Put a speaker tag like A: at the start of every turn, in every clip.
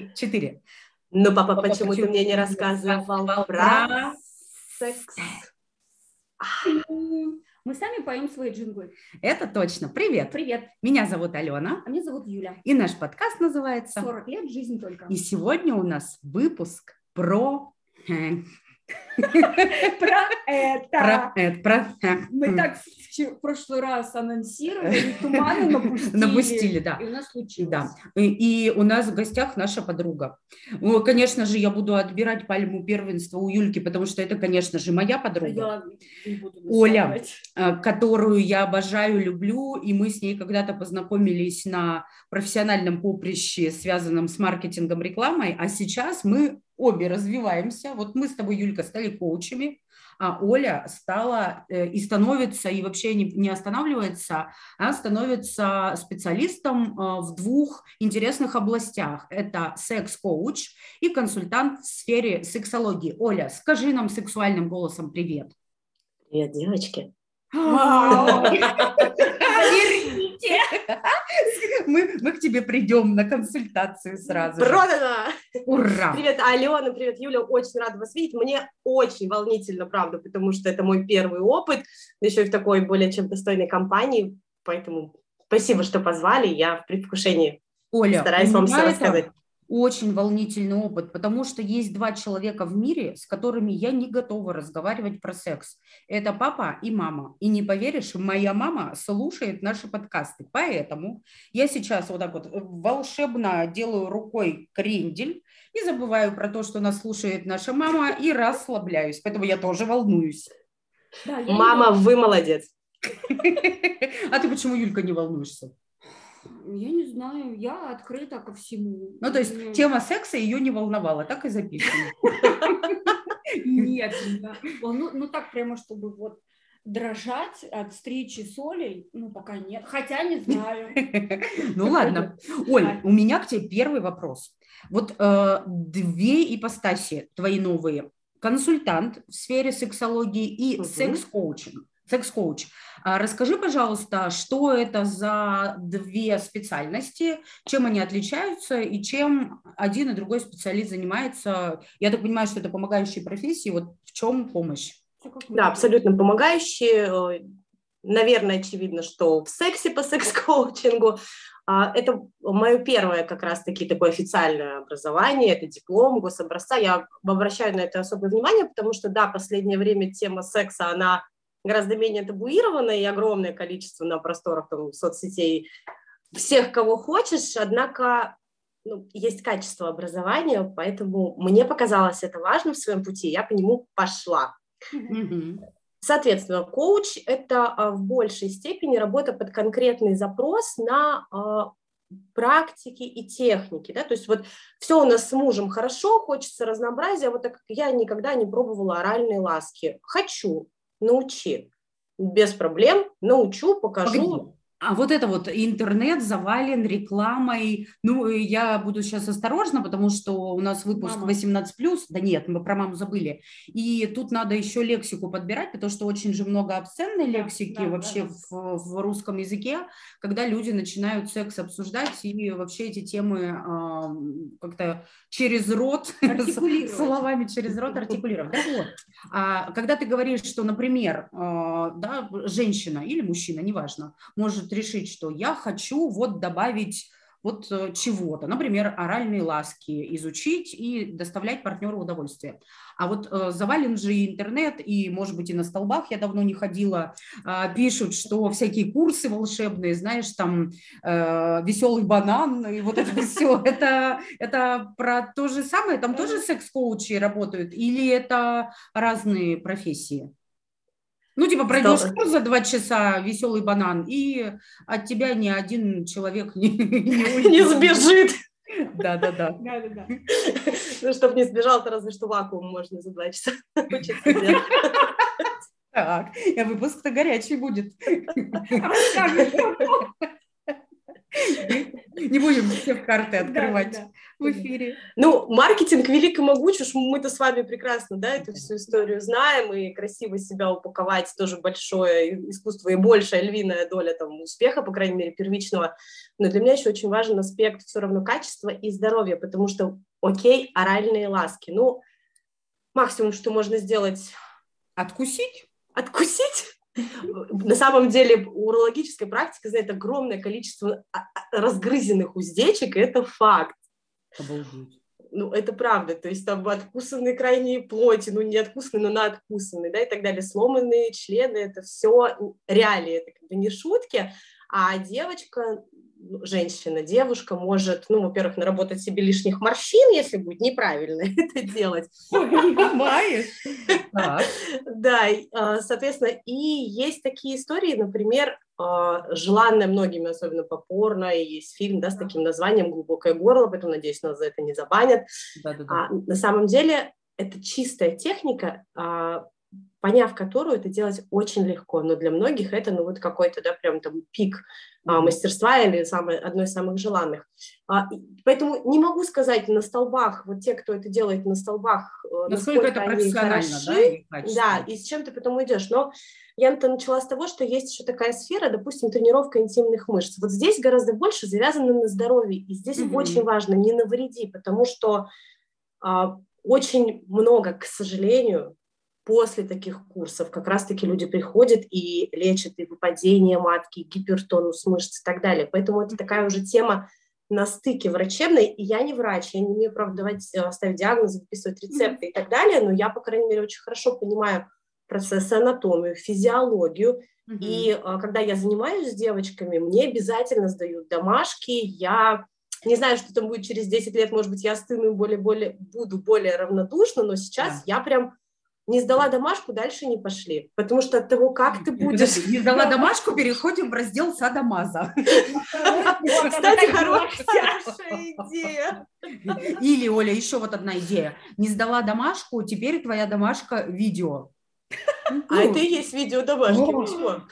A: 4.
B: Ну, папа, почему ты мне не рассказывал про секс?
C: Мы сами поем свои джинглы.
A: Это точно. Привет.
C: Привет.
A: Меня зовут Алена.
C: А меня зовут Юля.
A: И наш подкаст называется
C: 40 лет, жизнь только.
A: И сегодня у нас выпуск про...
C: Про это. Мы
A: так
C: в прошлый раз анонсировали, туманы напустили.
A: Напустили, да.
C: И у нас случилось.
A: Да. И у нас в гостях наша подруга. Ну, конечно же, я буду отбирать пальму первенства у Юльки, потому что это, конечно же, моя подруга.
C: Я не буду
A: Оля, которую я обожаю, люблю, и мы с ней когда-то познакомились на профессиональном поприще, связанном с маркетингом, рекламой, а сейчас мы обе развиваемся. Вот мы с тобой, Юлька, стали коучами, а Оля стала и становится, и вообще не останавливается, она становится специалистом в 2 интересных областях. Это секс-коуч и консультант в сфере сексологии. Оля, скажи нам сексуальным голосом привет.
B: Привет, девочки.
A: Мы к тебе придем на консультацию сразу.
B: Продано!
A: Ура!
B: Привет, Алена, привет, Юля, очень рада вас видеть. Мне очень волнительно, правда, потому что это мой первый опыт, еще и в такой более чем достойной компании, поэтому спасибо, что позвали, я в предвкушении.
A: Оля,
B: стараюсь вам все рассказать.
A: Очень волнительный опыт, потому что есть 2 человека в мире, с которыми я не готова разговаривать про секс. Это папа и мама. И не поверишь, моя мама слушает наши подкасты. Поэтому я сейчас вот так вот волшебно делаю рукой крендель и забываю про то, что нас слушает наша мама, и расслабляюсь. Поэтому я тоже волнуюсь.
C: Да,
B: мама, вы молодец.
A: А ты почему, Юлька, не волнуешься?
C: Я не знаю, я открыта ко всему.
A: Ну, то есть тема секса ее не волновала, так и записано.
C: Нет, ну так прямо, чтобы вот дрожать от встречи с Олей, ну пока нет, хотя не знаю.
A: Ну ладно. Оль, у меня к тебе первый вопрос. Вот 2 ипостаси твои новые. Консультант в сфере сексологии и секс-коучинг. Секс-коуч. Расскажи, пожалуйста, что это за 2 специальности, чем они отличаются и чем один и другой специалист занимается. Я так понимаю, что это помогающие профессии. Вот в чем помощь?
B: Да, абсолютно помогающие. Наверное, очевидно, что в сексе по секс-коучингу. Это мое первое как раз-таки такое официальное образование, это диплом гособразца. Я обращаю на это особое внимание, потому что, да, в последнее время тема секса, она гораздо менее табуировано, и огромное количество на просторах там, соцсетей всех, кого хочешь, однако есть качество образования, поэтому мне показалось это важным в своем пути, я по нему пошла. Соответственно, коуч – это в большей степени работа под конкретный запрос на практики и техники, да, то есть вот все у нас с мужем хорошо, хочется разнообразия, вот так как я никогда не пробовала оральные ласки, хочу, научи. Без проблем. Научу, покажу.
A: Погоди. А вот это вот интернет завален рекламой. Ну, я буду сейчас осторожна, потому что у нас выпуск 18+. Да нет, мы про маму забыли. И тут надо еще лексику подбирать, потому что очень же много обсценной лексики вообще в русском языке, когда люди начинают секс обсуждать и вообще эти темы как-то через рот, словами через рот артикулировать. Да, вот. Когда ты говоришь, что, например, да, женщина или мужчина, неважно, может решить, что я хочу вот добавить вот чего-то, например, оральные ласки изучить и доставлять партнеру удовольствие. А вот завален же интернет, и, может быть, и на столбах я давно не ходила, пишут, что всякие курсы волшебные, знаешь, там веселый банан, и вот это все, это про то же самое, там тоже секс-коучи работают, или это разные профессии? Ну, типа, пройдешь курс за 2 часа, веселый банан, и от тебя ни один человек
B: не сбежит.
A: Да.
B: Ну, чтобы не сбежал, то разве что вакуум можно за 2 часа учиться делать.
A: Так, выпуск-то горячий будет. Не будем все карты открывать в эфире.
B: Ну, маркетинг велик и могуч, уж мы-то с вами прекрасно, да, эту всю историю знаем, и красиво себя упаковать тоже большое искусство и большая львиная доля там успеха, по крайней мере, первичного. Но для меня еще очень важен аспект все равно качества и здоровья, потому что, окей, оральные ласки, ну, максимум, что можно сделать...
A: Откусить?
B: Откусить? На самом деле урологическая практика знает огромное количество разгрызенных уздечек, и это факт.
A: Обалдеть.
B: Ну, это правда, то есть там откусанные крайние плоти, ну, не откусанные, но надкусанные, да, и так далее, сломанные члены, это все реалии, это как бы не шутки, а девочка, женщина, девушка может, ну, во-первых, наработать себе лишних морщин, если будет неправильно это делать.
A: Понимаешь?
B: Да, соответственно, и есть такие истории, например, желанная многими, особенно по порно, и есть фильм, да, с таким названием «Глубокое горло», поэтому, надеюсь, нас за это не забанят. На самом деле, это чистая техника, поняв которую это делать очень легко, но для многих это, ну, вот какой-то, да, прям там пик мастерства или одно из самых желанных. Поэтому не могу сказать на столбах, вот те, кто это делает на столбах,
A: насколько это профессионально,
B: хороши, да, и с чем ты потом идешь. Но я-то начала с того, что есть еще такая сфера, допустим, тренировка интимных мышц. Вот здесь гораздо больше завязано на здоровье, и здесь очень важно не навреди, потому что очень много, к сожалению, после таких курсов как раз-таки люди приходят и лечат и выпадение матки, и гипертонус мышц и так далее. Поэтому это такая уже тема на стыке врачебной, и я не врач, я не имею права ставить диагнозы, выписывать рецепты и так далее, но я, по крайней мере, очень хорошо понимаю процессы, анатомию, физиологию, и когда я занимаюсь с девочками, мне обязательно сдают домашки, я не знаю, что там будет через 10 лет, может быть, я остыну и буду более равнодушна, но сейчас я прям не сдала домашку, дальше не пошли. Потому что от того, как ты будешь...
A: Не сдала домашку, переходим в раздел садомаза.
B: Кстати, хорошая идея.
A: Или, Оля, еще вот одна идея. Не сдала домашку, теперь твоя домашка видео.
B: А это и есть видео домашки.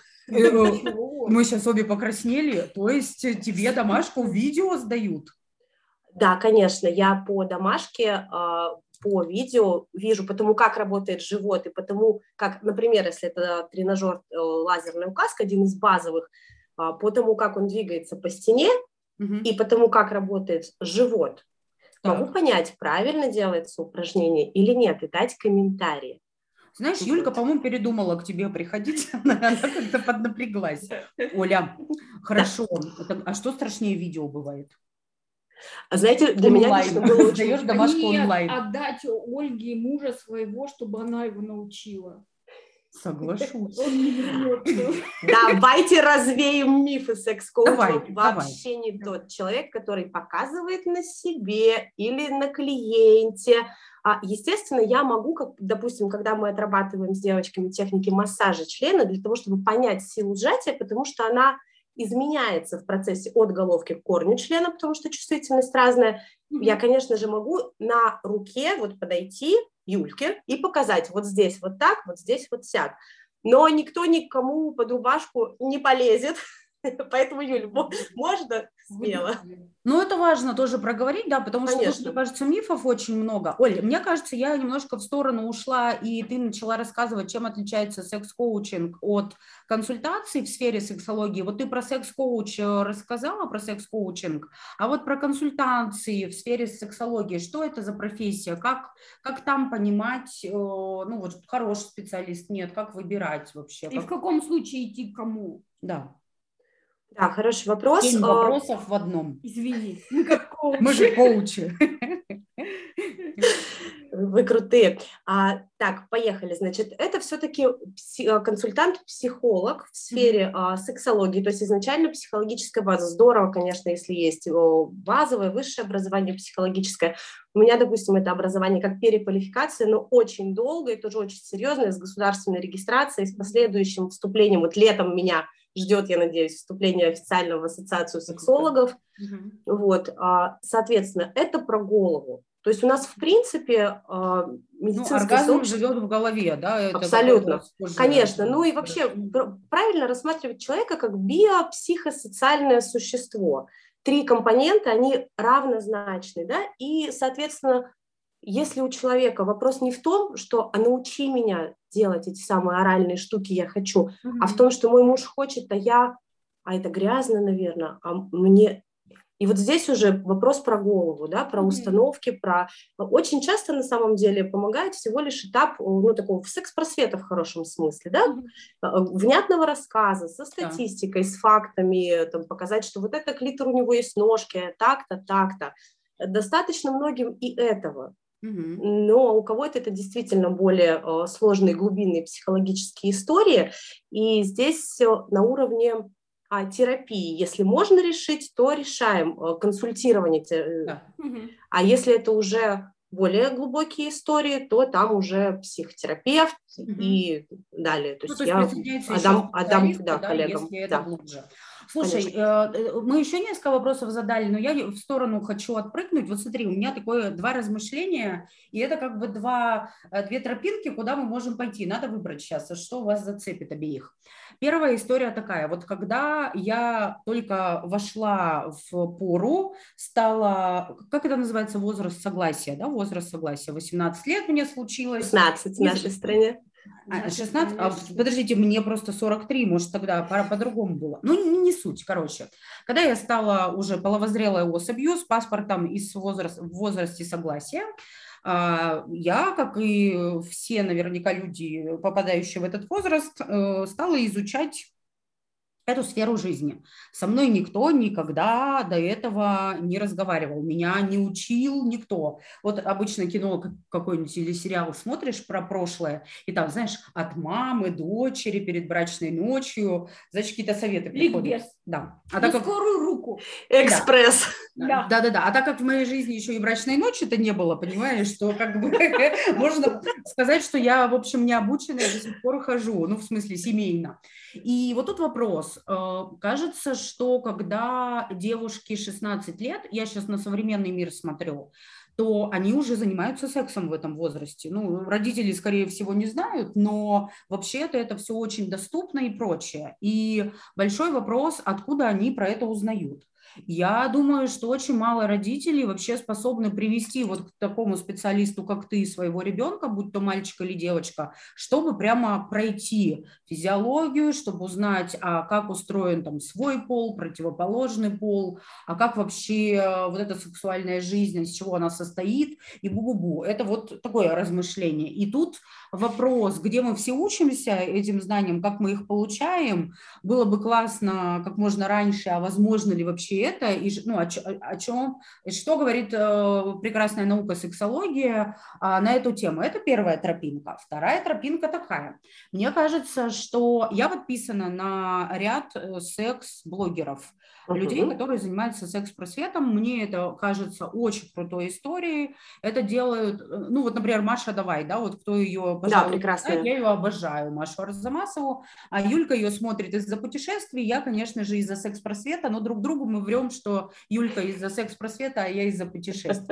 A: Мы сейчас обе покраснели, то есть тебе домашку видео сдают?
B: Да, конечно, я по домашке... по видео вижу, потому как работает живот, и потому как, например, если это тренажер лазерная указка, один из базовых, по тому, как он двигается по стене, и потому как работает живот, могу понять, правильно делается упражнение или нет, и дать комментарии.
A: Знаешь, Юлька, по-моему, передумала к тебе приходить, она как-то поднапряглась. Оля, хорошо, а что страшнее видео бывает?
B: Знаете, для меня лично было очень...
A: Даешь домашку онлайн.
C: Отдать Ольге мужа своего, чтобы она его научила.
A: Соглашусь.
B: Давайте развеем мифы. Секс-коуч вообще
A: давай.
B: не тот человек, который показывает на себе или на клиенте. Естественно, я могу, допустим, когда мы отрабатываем с девочками техники массажа члена, для того, чтобы понять силу сжатия, потому что она изменяется в процессе от головки к корню члена, потому что чувствительность разная. Я, конечно же, могу на руке вот подойти Юльке и показать вот здесь вот так, вот здесь вот сяк. Но никто никому под рубашку не полезет, поэтому, Юль, можно смело.
A: Ну, это важно тоже проговорить, да, потому что, мне кажется, мифов очень много. Оль, мне кажется, я немножко в сторону ушла, и ты начала рассказывать, чем отличается секс-коучинг от консультаций в сфере сексологии. Вот ты про секс-коуч рассказала, про секс-коучинг, а вот про консультации в сфере сексологии, что это за профессия, как там понимать, ну, вот хороший специалист, нет, как выбирать вообще?
C: И в каком случае идти к кому?
A: Да.
B: Да, хороший вопрос.
A: 7 вопросов в одном.
C: Извини, мы как коучи.
A: Мы же коучи.
B: Вы крутые. Так, поехали. Значит, это все-таки консультант-психолог в сфере сексологии, то есть изначально психологическая база. Здорово, конечно, если есть базовое, высшее образование психологическое. У меня, допустим, это образование как переквалификация, но очень долго и тоже очень серьезное, с государственной регистрацией, с последующим вступлением. Вот летом меня ждет, я надеюсь, вступление официально в ассоциацию сексологов. Вот, соответственно, это про голову. То есть у нас, в принципе, медицинское
A: оргазм
B: сообщество...
A: живет в голове, да? Это
B: абсолютно. Конечно.
A: Да.
B: Ну и вообще правильно рассматривать человека как биопсихосоциальное существо. 3 компонента, они равнозначны, да, и, соответственно, если у человека вопрос не в том, что «а научи меня делать эти самые оральные штуки, я хочу», а в том, что мой муж хочет, а это грязно, наверное, а мне... И вот здесь уже вопрос про голову, да, про установки, Очень часто на самом деле помогает всего лишь этап, ну, такого секс-просвета в хорошем смысле, да, внятного рассказа со статистикой, с фактами, там, показать, что вот это клитор, у него есть ножки, так-то, так-то. Достаточно многим и этого. Но у кого-то это действительно более сложные, глубинные психологические истории, и здесь на уровне терапии, если можно решить, то решаем, консультирование. Да. А если это уже более глубокие истории, то там уже психотерапевт и далее. То есть я отдам коллегам.
A: Если это глубже. Слушай, мы еще несколько вопросов задали, но я в сторону хочу отпрыгнуть. Вот смотри, у меня такое 2 размышления, и это как бы 2 тропинки, куда мы можем пойти. Надо выбрать сейчас, что вас зацепит обеих. Первая история такая. Вот когда я только вошла в пору, стала, как это называется, возраст согласия, да, возраст согласия, 18 лет мне случилось.
B: 16 в нашей стране.
A: 16? Подождите, мне просто 43, может, тогда по-другому было. Ну, не суть, короче. Когда я стала уже половозрелой особью с паспортом в возрасте согласия, я, как и все наверняка люди, попадающие в этот возраст, стала изучать эту сферу жизни. Со мной никто никогда до этого не разговаривал, меня не учил никто. Вот обычно кино какой-нибудь или сериал смотришь про прошлое, и там, знаешь, от мамы, дочери перед брачной ночью, значит, какие-то советы приходят. Да.
C: Скорую руку.
B: Экспресс.
A: Да. А так как в моей жизни еще и брачной ночи-то не было, понимаешь, что как бы можно сказать, что я, в общем, не обученная, до сих пор хожу, ну, в смысле, семейно. И вот тут вопрос. Кажется, что когда девушке 16 лет, я сейчас на современный мир смотрю, то они уже занимаются сексом в этом возрасте. Ну, родители, скорее всего, не знают, но вообще-то это все очень доступно и прочее. И большой вопрос, откуда они про это узнают. Я думаю, что очень мало родителей вообще способны привести вот к такому специалисту, как ты, своего ребенка, будь то мальчик или девочка, чтобы прямо пройти физиологию, чтобы узнать, как устроен там свой пол, противоположный пол, как вообще вот эта сексуальная жизнь, из чего она состоит, и бу-бу-бу. Это вот такое размышление. И тут вопрос, где мы все учимся этим знаниям, как мы их получаем, было бы классно как можно раньше, а возможно ли вообще это, и ну, о чем, что говорит прекрасная наука сексология на эту тему. Это первая тропинка. Вторая тропинка такая. Мне кажется, что я подписана на ряд секс-блогеров, людей, которые занимаются секс-просветом. Мне это кажется очень крутой историей. Это делают, ну вот, например, Маша Давай, да, вот кто ее, пожалуй,
B: прекрасная.
A: Я ее обожаю, Машу Арзамасову, а Юлька ее смотрит из-за путешествий, я, конечно же, из-за секс-просвета, но друг другу мы врем, что Юлька из-за секс-просвета, а я из-за путешествий.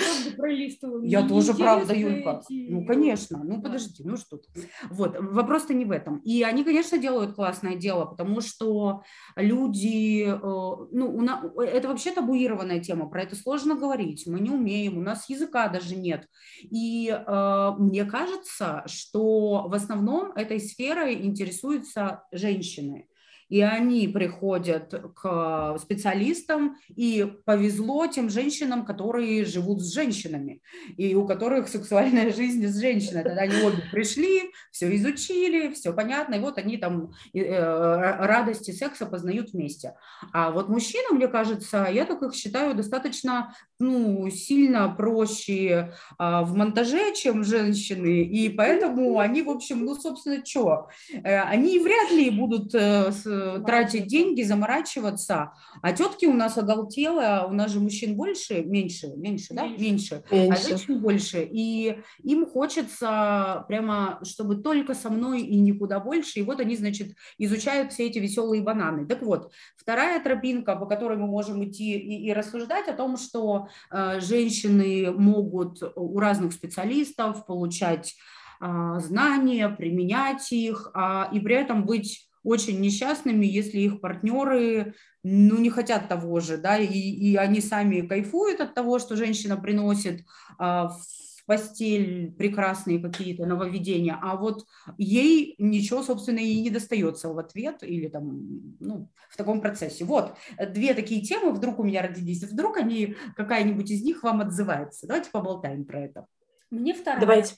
A: Я тоже правда, Юлька. Ну, конечно, ну подожди, ну что ты. Вот, вопрос-то не в этом. И они, конечно, делают классное дело, потому что люди, ну, это вообще табуированная тема, про это сложно говорить, мы не умеем, у нас языка даже нет. И мне кажется, что в основном этой сферой интересуются женщины. И они приходят к специалистам, и повезло тем женщинам, которые живут с женщинами, и у которых сексуальная жизнь с женщиной. Тогда они обе пришли, все изучили, все понятно, и вот они там радости секса познают вместе. А вот мужчины, мне кажется, я так их считаю достаточно, ну, сильно проще в монтаже, чем женщины, и поэтому они, в общем, ну, собственно, что? Они вряд ли будут тратить деньги, заморачиваться. А тетки у нас оголтелые, у нас же мужчин меньше, да? Меньше. А женщин больше. И им хочется прямо, чтобы только со мной и никуда больше. И вот они, значит, изучают все эти веселые бананы. Так вот, вторая тропинка, по которой мы можем идти и рассуждать о том, что женщины могут у разных специалистов получать знания, применять их, и при этом быть очень несчастными, если их партнеры, не хотят того же, да, и они сами кайфуют от того, что женщина приносит в постель прекрасные какие-то нововведения, а вот ей ничего, собственно, и не достается в ответ или там, в таком процессе. Вот, две такие темы вдруг у меня родились, вдруг какая-нибудь из них вам отзывается. Давайте поболтаем про это.
C: Мне вторая.
B: Давайте.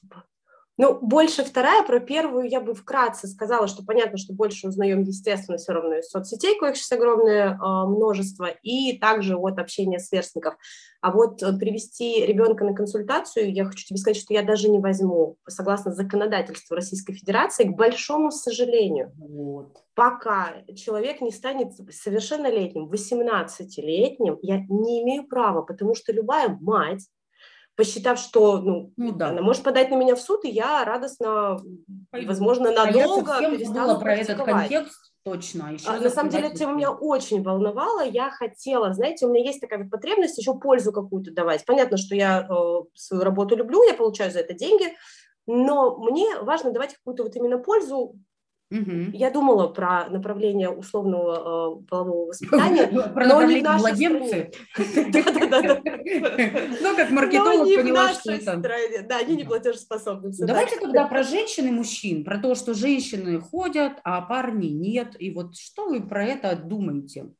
B: Больше вторая, про первую я бы вкратце сказала, что понятно, что больше узнаем, естественно, все равно из соцсетей, коих сейчас огромное множество, и также от общения сверстников. А вот привести ребенка на консультацию, я хочу тебе сказать, что я даже не возьму, согласно законодательству Российской Федерации, к большому сожалению. Пока человек не станет совершеннолетним, 18-летним, я не имею права, потому что любая мать, посчитав, что она может подать на меня в суд, и я радостно и, возможно, надолго перестану
A: про этот
B: практиковать.
A: Контекст, точно.
B: На самом деле, эта тема меня очень волновала. Я хотела, знаете, у меня есть такая потребность еще пользу какую-то давать. Понятно, что я свою работу люблю, я получаю за это деньги, но мне важно давать какую-то именно пользу. Я думала про направление условного полового воспитания,
A: но не в нашей стране. Да. Как маркетолог поняла, что это...
B: Да, они не платежеспособны.
A: Давайте тогда про женщин и мужчин, про то, что женщины ходят, а парни нет. И вот что вы про это думаете?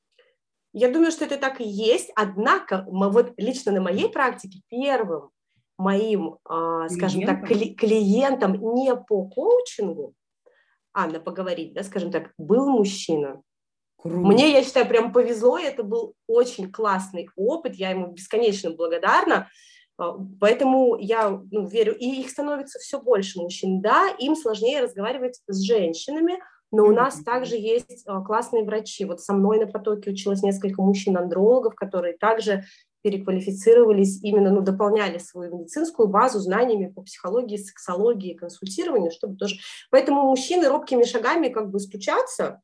B: Я думаю, что это так и есть, однако лично на моей практике первым моим, скажем так, клиентом не по коучингу, Анна, поговорить, да, скажем так, был мужчина. Круто. Мне, я считаю, прям повезло, и это был очень классный опыт, я ему бесконечно благодарна, поэтому я верю, и их становится все больше мужчин. Да, им сложнее разговаривать с женщинами, но у нас также есть классные врачи. Вот со мной на потоке училось несколько мужчин-андрологов, которые также переквалифицировались, именно дополняли свою медицинскую базу знаниями по психологии, сексологии, консультированию, чтобы тоже... Поэтому мужчины робкими шагами стучатся.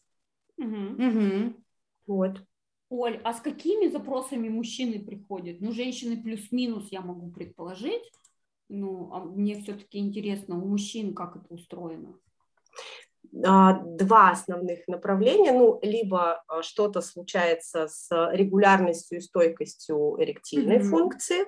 B: Вот.
C: Оль, а с какими запросами мужчины приходят? Женщины плюс-минус я могу предположить, а мне все-таки интересно, у мужчин как это устроено?
B: Два основных направления, либо что-то случается с регулярностью и стойкостью эректильной функции,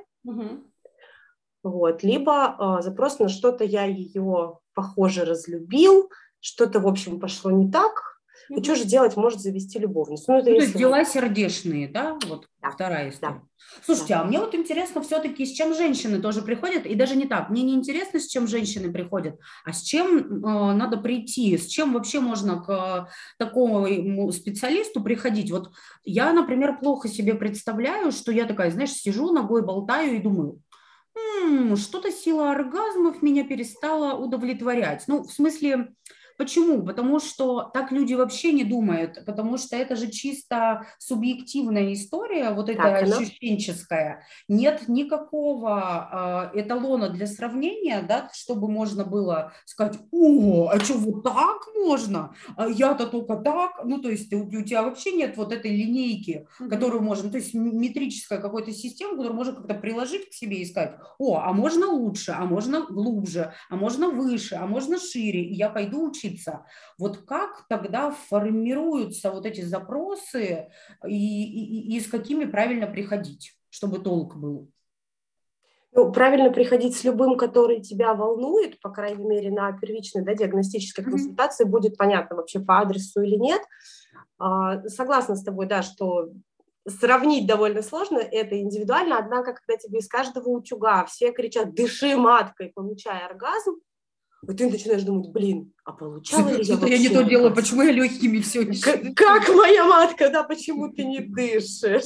B: либо запрос на что-то я ее, похоже, разлюбил, что-то, в общем, пошло не так, и что же делать, может завести любовницу.
A: То есть дела сердечные, да? Вот да, вторая история. Да. Слушайте, а мне интересно все-таки, с чем женщины тоже приходят, и даже не так. Мне не интересно, с чем женщины приходят, а с чем надо прийти, с чем вообще можно к такому специалисту приходить. Вот я, например, плохо себе представляю, что я такая, знаешь, сижу, ногой болтаю и думаю, что-то сила оргазмов меня перестала удовлетворять. В смысле... Почему? Потому что так люди вообще не думают, потому что это же чисто субъективная история, эта ощущенческая. Нет никакого эталона для сравнения, да, чтобы можно было сказать, а что, вот так можно? А я-то только так. То есть у тебя вообще нет этой линейки, которую можно, то есть метрическая какая-то система, которую можно как-то приложить к себе и сказать, а можно лучше, а можно глубже, а можно выше, а можно шире, и я пойду учиться. Вот как тогда формируются эти запросы и с какими правильно приходить, чтобы толк был?
B: Правильно приходить с любым, который тебя волнует, по крайней мере, на первичной диагностической консультации будет понятно вообще по адресу или нет. Согласна с тобой, да, что сравнить довольно сложно, это индивидуально, однако, когда тебе из каждого утюга все кричат «дыши маткой, получай оргазм», и ты начинаешь думать, а получала ли я вообще?
A: Я не то делаю, почему я легкими все еще?
B: Как моя матка, да, почему ты не дышишь?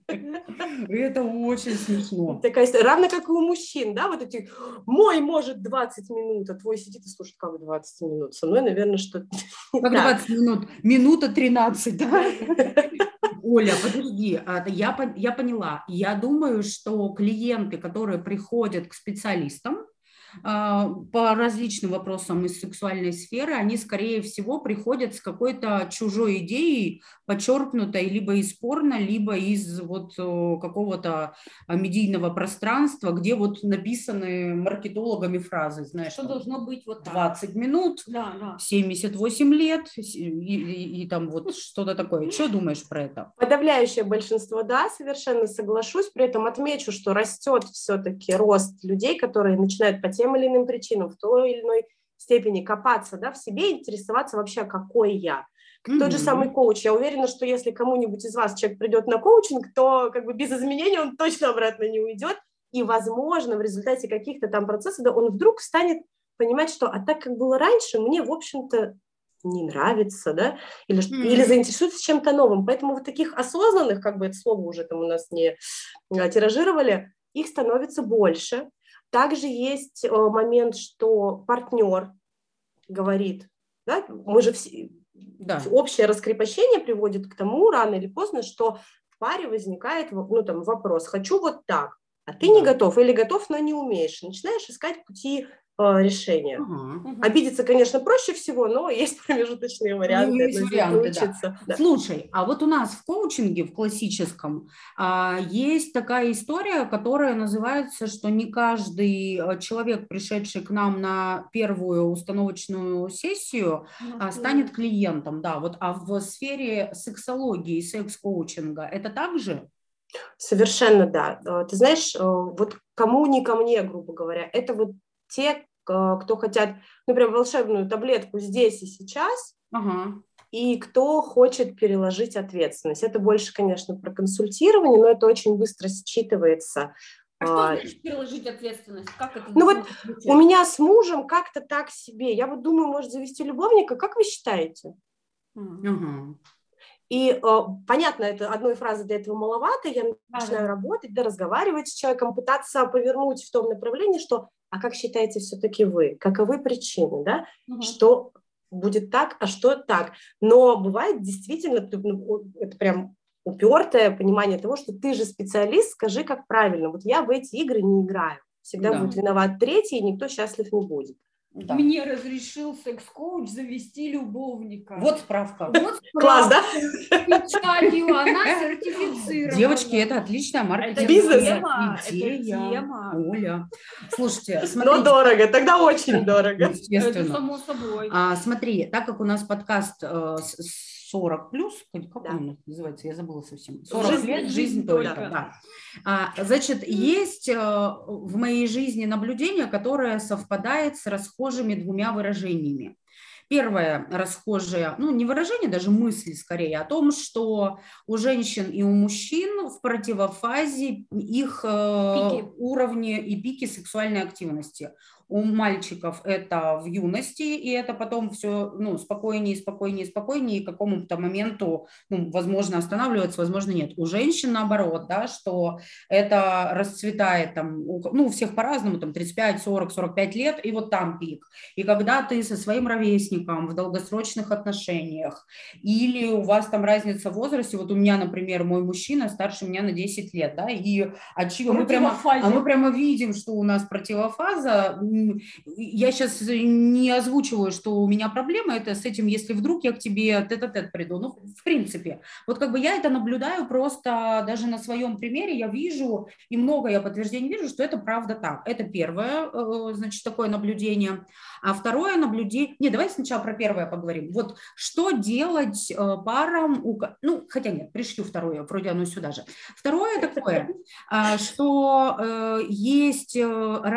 A: Это очень смешно.
B: Такая история. Равно как и у мужчин, да, вот эти, мой может 20 минут, а твой сидит и слушает, как 20 минут. Со мной, наверное, что-то не
A: Как
B: так.
A: 20 минут? Минута 13, да? Оля, подожди, я поняла. Я думаю, что клиенты, которые приходят к специалистам по различным вопросам из сексуальной сферы, они, скорее всего, приходят с какой-то чужой идеей, подчеркнутой либо из порно, либо из вот какого-то медийного пространства, где вот написаны маркетологами фразы, знаешь,
C: что должно быть вот так.
A: 20 минут,
C: да.
A: 78 лет и там вот что-то такое. Что думаешь про это?
B: Подавляющее большинство, да, совершенно соглашусь. При этом отмечу, что растет все-таки рост людей, которые начинают по тем или иным причинам в той или иной степени копаться, да, в себе, интересоваться вообще, какой я. Тот же самый коуч. Я уверена, что если кому-нибудь из вас человек придет на коучинг, то как бы без изменений он точно обратно не уйдет. И, возможно, в результате каких-то там процессов, да, он вдруг станет понимать, что а так, как было раньше, мне, в общем-то, не нравится, да, или заинтересуется чем-то новым. Поэтому вот таких осознанных, как бы это слово уже там у нас не тиражировали, их становится больше. Также есть момент, что партнер говорит, да, мы же все,
A: да.
B: Общее раскрепощение приводит к тому, рано или поздно, что в паре возникает, ну, там, вопрос, хочу вот так, а ты не готов или готов, но не умеешь. Начинаешь искать пути решения. Обидеться, конечно, проще всего, но есть промежуточные варианты.
A: Есть варианты, да. Слушай, а вот у нас в коучинге, в классическом, есть такая история, которая называется, что не каждый человек, пришедший к нам на первую установочную сессию, станет клиентом. Да, вот, а в сфере сексологии, секс-коучинга это так же?
B: Совершенно, да. Ты знаешь, вот кому не ко мне, грубо говоря, это вот те, кто хотят, например, волшебную таблетку здесь и сейчас, и кто хочет переложить ответственность. Это больше, конечно, про консультирование, но это очень быстро считывается.
C: А что значит переложить ответственность? Как это?
B: Ну вот у меня с мужем как-то так себе. Я вот думаю, может завести любовника. Как вы считаете? И понятно, это одной фразы для этого маловато, я начинаю работать, да, разговаривать с человеком, пытаться повернуть в том направлении, что, а как считаете все-таки вы, каковы причины, да, что будет так, а что так. Но бывает действительно, это прям упертое понимание того, что ты же специалист, скажи, как правильно. Вот я в эти игры не играю. Всегда будет виноват третий, и никто счастлив не будет.
C: Да. Мне разрешил секс-коуч завести любовника.
A: Вот справка.
B: Класс, да?
C: Печатью, она сертифицирована.
A: Девочки, это отличная
B: маркетинговая
A: идея. Оля. Слушайте, смотрите.
B: Но дорого, тогда очень дорого.
A: Естественно.
C: Это само собой.
A: Смотри, так как у нас подкаст 40 плюс, как он называется, я забыла совсем. 40 лет, жизнь только. Да. Значит, есть в моей жизни наблюдение, которое совпадает с расхожими двумя выражениями. Первое расхожее, ну не выражение, даже мысль скорее, о том, что у женщин и у мужчин в противофазе их уровни и пики сексуальной активности. У мальчиков это в юности, и это потом все спокойнее, и к какому-то моменту, возможно, останавливается, возможно, нет. У женщин наоборот, да, что это расцветает там, у всех по-разному, там 35, 40, 45 лет, и вот там пик. И когда ты со своим ровесником в долгосрочных отношениях, или у вас там разница в возрасте, вот у меня, например, мой мужчина старше меня на 10 лет, да, и мы прямо видим, что у нас противофаза. Я сейчас не озвучиваю, что у меня проблема, это с этим, если вдруг я к тебе тет-а-тет приду. Ну, в принципе, вот как бы я это наблюдаю просто даже на своем примере, я вижу, и много я подтверждений вижу, что это правда так. Это первое, значит, такое наблюдение. А второе наблюдение... давай сначала про первое поговорим. Вот что делать парам... хотя нет, пришлю второе, вроде оно сюда же. Второе такое, что есть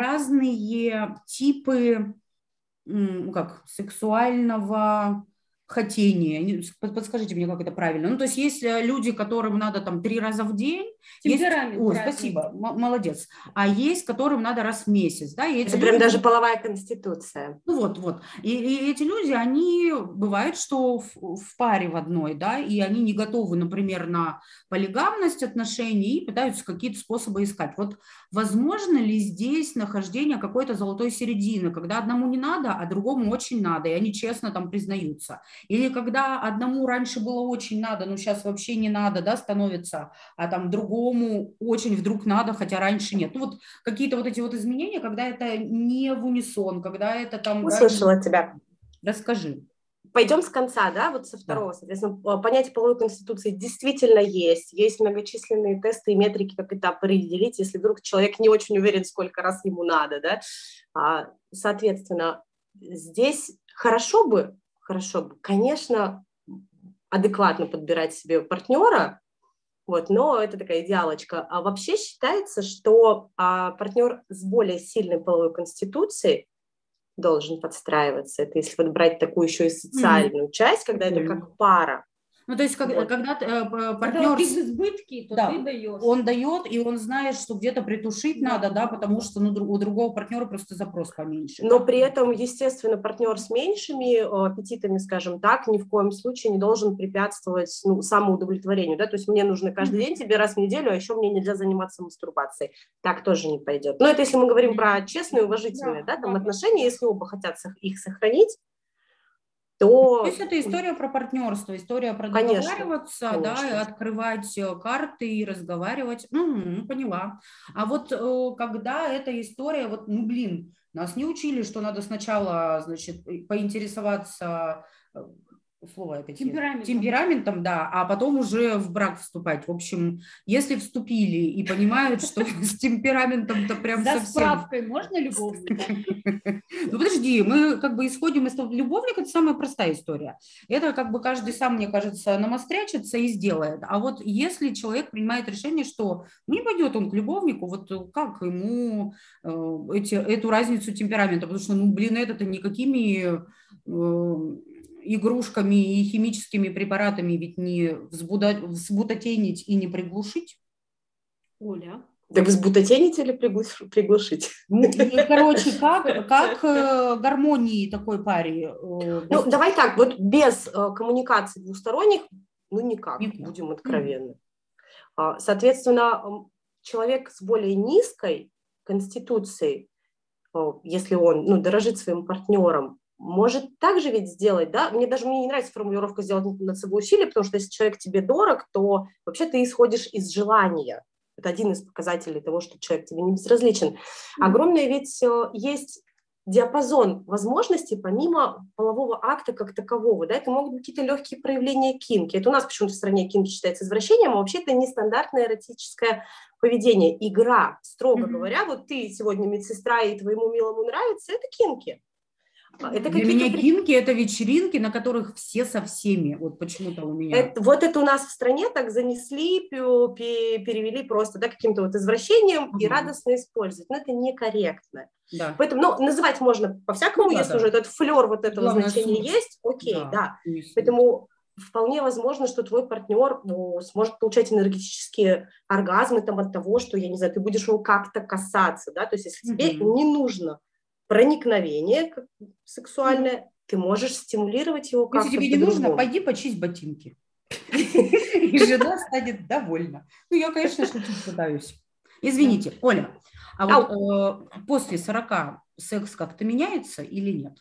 A: разные типы сексуального хотение, подскажите мне, как это правильно. Ну, то есть есть люди, которым надо там 3 раза в день.
C: Темперамент.
A: Ой, спасибо, молодец. А есть, которым надо раз в месяц, да?
B: Это прям даже половая конституция.
A: Ну вот. И эти люди, они бывает, что в паре в одной, да, и они не готовы, например, на полигамность отношений и пытаются какие-то способы искать. Вот возможно ли здесь нахождение какой-то золотой середины, когда одному не надо, а другому очень надо, и они честно там признаются? Или когда одному раньше было очень надо, но сейчас вообще не надо, да, становится, а там другому очень вдруг надо, хотя раньше нет. Ну вот какие-то вот эти вот изменения, когда это не в унисон, когда это там...
B: Услышала тебя.
A: Расскажи.
B: Пойдем с конца, да, вот со второго. Да. Соответственно, понятие половой конституции действительно есть. Есть многочисленные тесты и метрики, как это определить, если вдруг человек не очень уверен, сколько раз ему надо, да. Соответственно, здесь хорошо бы, конечно, адекватно подбирать себе партнера, вот, но это такая идеалочка. А вообще считается, что партнер с более сильной половой конституцией должен подстраиваться. Это если вот брать такую еще и социальную часть, когда это как пара.
A: Ну, то есть, когда партнер...
C: Когда избытки, то ты даешь.
A: Он дает, и он знает, что где-то притушить надо, да, потому что у другого партнера просто запрос поменьше.
B: Но при этом, естественно, партнер с меньшими аппетитами, скажем так, ни в коем случае не должен препятствовать самоудовлетворению, да, то есть мне нужно каждый день, тебе раз в неделю, а еще мне нельзя заниматься мастурбацией. Так тоже не пойдет. Но это если мы говорим про честные, уважительные, там, отношения, если оба хотят их сохранить,
A: то есть это история про партнерство, история про договариваться, конечно. Да, и открывать карты и разговаривать. Поняла. А вот когда эта история, вот, нас не учили, что надо сначала, значит, поинтересоваться темпераментом, да, а потом уже в брак вступать. В общем, если вступили и понимают, что с темпераментом-то прям совсем...
C: За справкой можно любовника?
A: Ну, подожди, мы как бы исходим из того, любовник – это самая простая история. Это как бы каждый сам, мне кажется, намострячится и сделает. А вот если человек принимает решение, что не пойдет он к любовнику, вот как ему эту разницу темперамента? Потому что, это никакими... игрушками и химическими препаратами ведь не взбутотенить и не приглушить.
C: Оля.
B: Так взбутотенить или приглушить?
A: Короче, как гармонии такой паре?
B: Давай так, вот без коммуникации двусторонних, никак, будем откровенны. Соответственно, человек с более низкой конституцией, если он дорожит своим партнером, может также ведь сделать, да? Мне не нравится формулировка «сделать над собой усилия», потому что если человек тебе дорог, то вообще ты исходишь из желания. Это один из показателей того, что человек тебе не безразличен. Огромное ведь есть диапазон возможностей помимо полового акта как такового. Да? Это могут быть какие-то легкие проявления кинки. Это у нас почему-то в стране кинки считается извращением, а вообще это нестандартное эротическое поведение. Игра, строго говоря, вот ты сегодня медсестра и твоему милому нравится, это кинки.
A: Это для меня кинки – это вечеринки, на которых все со всеми. Вот почему-то у меня.
B: Это у нас в стране так занесли, перевели просто каким-то извращением и радостно используют. Но это некорректно.
A: Да.
B: Поэтому называть можно по-всякому, если уже этот флер этого значения есть, окей, да. Поэтому вполне возможно, что твой партнер сможет получать энергетические оргазмы от того, что, я не знаю, ты будешь его как-то касаться, да, то есть если тебе не нужно проникновение сексуальное, ты можешь стимулировать его как-то.
A: Если тебе не нужно, пойди почисть ботинки. И жена станет довольна. Я, конечно, шутить пытаюсь. Извините, Оля, а вот после 40 секс как-то меняется или нет?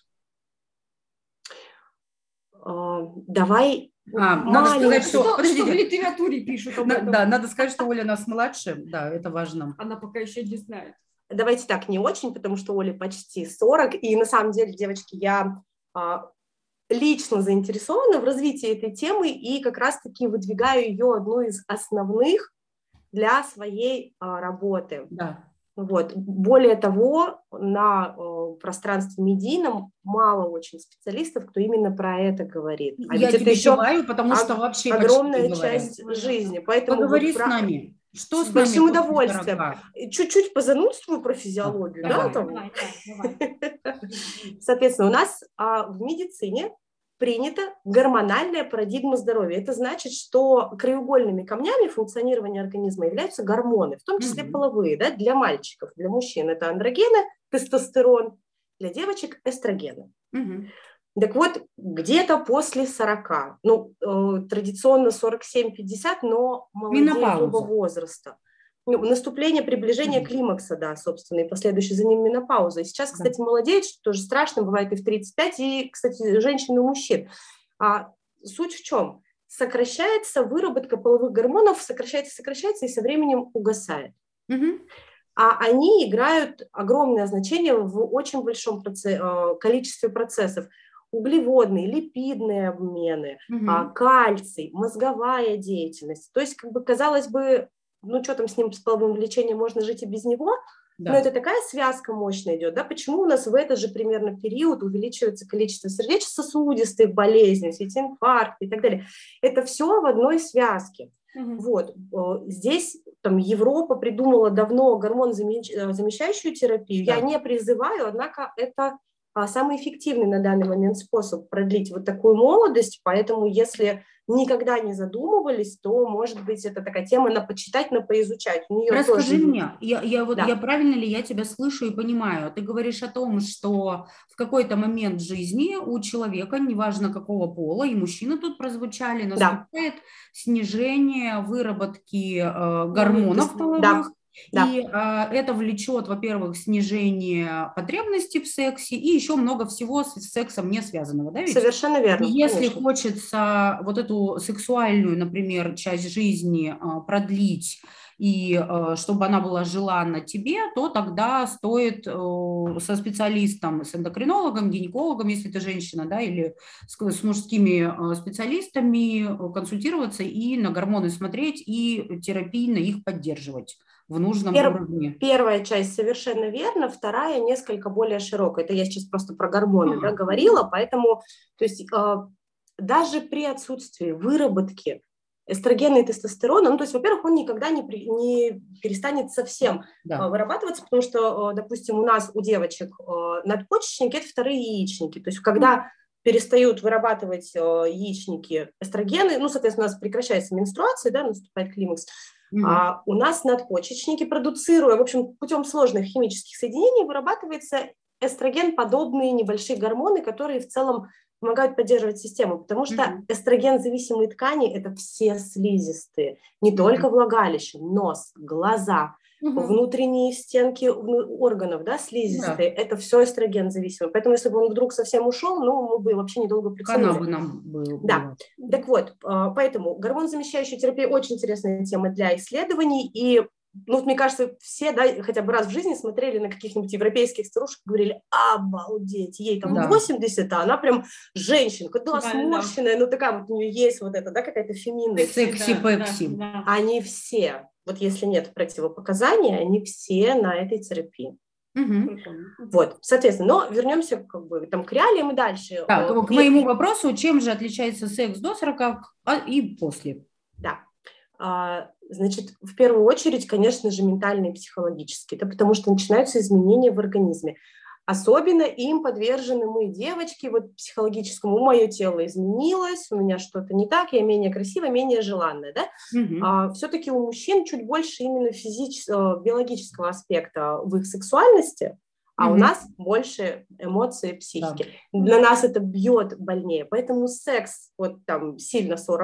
B: Давай...
A: Надо сказать, что
C: в литературе пишут об этом.
A: Да, надо сказать, что Оля нас младше. Да, это важно.
C: Она пока еще не знает.
B: Давайте так, не очень, потому что Оле почти 40, и на самом деле, девочки, я лично заинтересована в развитии этой темы и как раз-таки выдвигаю ее одну из основных для своей работы.
A: Да.
B: Вот. Более того, на пространстве медийном мало очень специалистов, кто именно про это говорит.
A: Я тебе киваю, потому что вообще
B: огромная часть жизни. Поэтому
A: поговори с нами. Что
B: с большим удовольствием. Чуть-чуть позанудствую про физиологию.
C: Давай.
B: Соответственно, у нас в медицине принята гормональная парадигма здоровья. Это значит, что краеугольными камнями функционирования организма являются гормоны, в том числе половые, да, для мальчиков, для мужчин. Это андрогены, тестостерон, для девочек эстрогены. Так вот, где-то после 40, традиционно 47-50, но молодеют оба возраста. Наступление, приближение климакса, да, собственно, и последующая за ним менопауза. И сейчас, кстати, молодеют, что тоже страшно, бывает и в 35, и, кстати, женщин и мужчин. Суть в чем? Сокращается выработка половых гормонов, сокращается, и со временем угасает. А они играют огромное значение в очень большом количестве процессов. Углеводные, липидные обмены, кальций, мозговая деятельность. То есть, казалось бы, что там с ним, с половым влечением, можно жить и без него, но это такая связка мощная идет, да, почему у нас в этот же примерно период увеличивается количество сердечно-сосудистых болезней, инфаркт и так далее. Это все в одной связке. Вот. Здесь Европа придумала давно гормонозамещающую терапию. Я не призываю, однако это самый эффективный на данный момент способ продлить вот такую молодость, поэтому если никогда не задумывались, то, может быть, это такая тема на почитать, на поизучать.
A: Расскажи мне, я правильно ли я тебя слышу и понимаю? Ты говоришь о том, что в какой-то момент жизни у человека, неважно какого пола, и мужчины тут прозвучали, наступает снижение выработки гормонов половых. И это влечет, во-первых, снижение потребностей в сексе и еще много всего с сексом не связанного, да? Ведь?
B: Совершенно верно.
A: И если хочется вот эту сексуальную, например, часть жизни продлить, и чтобы она была желанна тебе, то тогда стоит со специалистом, с эндокринологом, гинекологом, если ты женщина, да, или с мужскими специалистами консультироваться и на гормоны смотреть, и терапийно их поддерживать в нужном уровне.
B: Первая часть совершенно верно, вторая несколько более широкая. Это я сейчас просто про гормоны говорила, поэтому то есть, даже при отсутствии выработки эстрогена и тестостерона, то есть, во-первых, он никогда не перестанет совсем вырабатываться, потому что, допустим, у нас, у девочек, надпочечники – это вторые яичники. То есть, когда перестают вырабатывать яичники эстрогены, соответственно, у нас прекращается менструация, да, наступает климакс, у нас надпочечники, продуцируя, в общем, путем сложных химических соединений, вырабатывается эстроген-подобные небольшие гормоны, которые в целом помогают поддерживать систему, потому что эстроген-зависимые ткани – это все слизистые, не только влагалище, нос, глаза, внутренние стенки органов, да, слизистые, это все эстроген-зависимые. Поэтому если бы он вдруг совсем ушел, мы бы вообще недолго притянули. Да, так вот, поэтому гормонозамещающая терапия очень интересная тема для исследований, и мне кажется, все, да, хотя бы раз в жизни смотрели на каких-нибудь европейских старушек и говорили: обалдеть, ей там 80, а она прям женщинка, сморщенная, такая вот у нее есть вот это, да, какая-то феминность.
A: Секси-пепси.
B: Они все, вот если нет противопоказаний, они все на этой терапии. Вот, соответственно, но вернемся к реалиям и дальше.
A: Так, к моему вопросу, чем же отличается секс до 40 и после?
B: Да. Значит, в первую очередь, конечно же, ментальные и психологические, это потому что начинаются изменения в организме. Особенно им подвержены мы, девочки, вот психологическому: мое тело изменилось, у меня что-то не так, я менее красивая, менее желанная, да? Все-таки у мужчин чуть больше именно биологического аспекта в их сексуальности, а у нас больше эмоций и психики. Для нас это бьет больнее, поэтому секс вот там сильно 40+,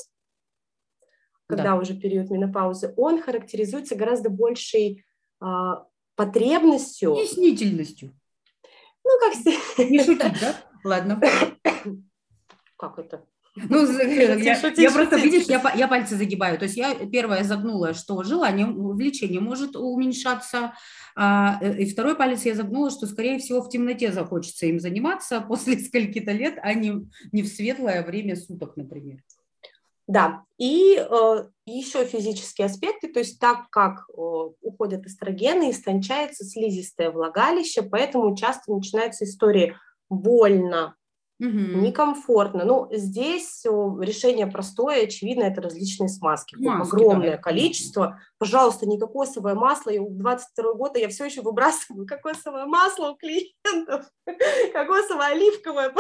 B: когда уже период менопаузы, он характеризуется гораздо большей потребностью.
A: Стеснительностью.
B: Не
A: шутить, да? Ладно.
B: Как это?
A: Я просто, видишь, я пальцы загибаю. То есть я первое загнула, что желание, влечение может уменьшаться, и второй палец я загнула, что, скорее всего, в темноте захочется им заниматься после скольки-то лет, а не в светлое время суток, например.
B: Да, и еще физические аспекты, то есть так как уходят эстрогены, истончается слизистое влагалище, поэтому часто начинаются истории больно, некомфортно. Здесь решение простое, очевидно, это различные смазки. Огромное количество. Пожалуйста, не кокосовое масло. И 22 год я все еще выбрасываю кокосовое масло у клиентов. Кокосово-оливковое под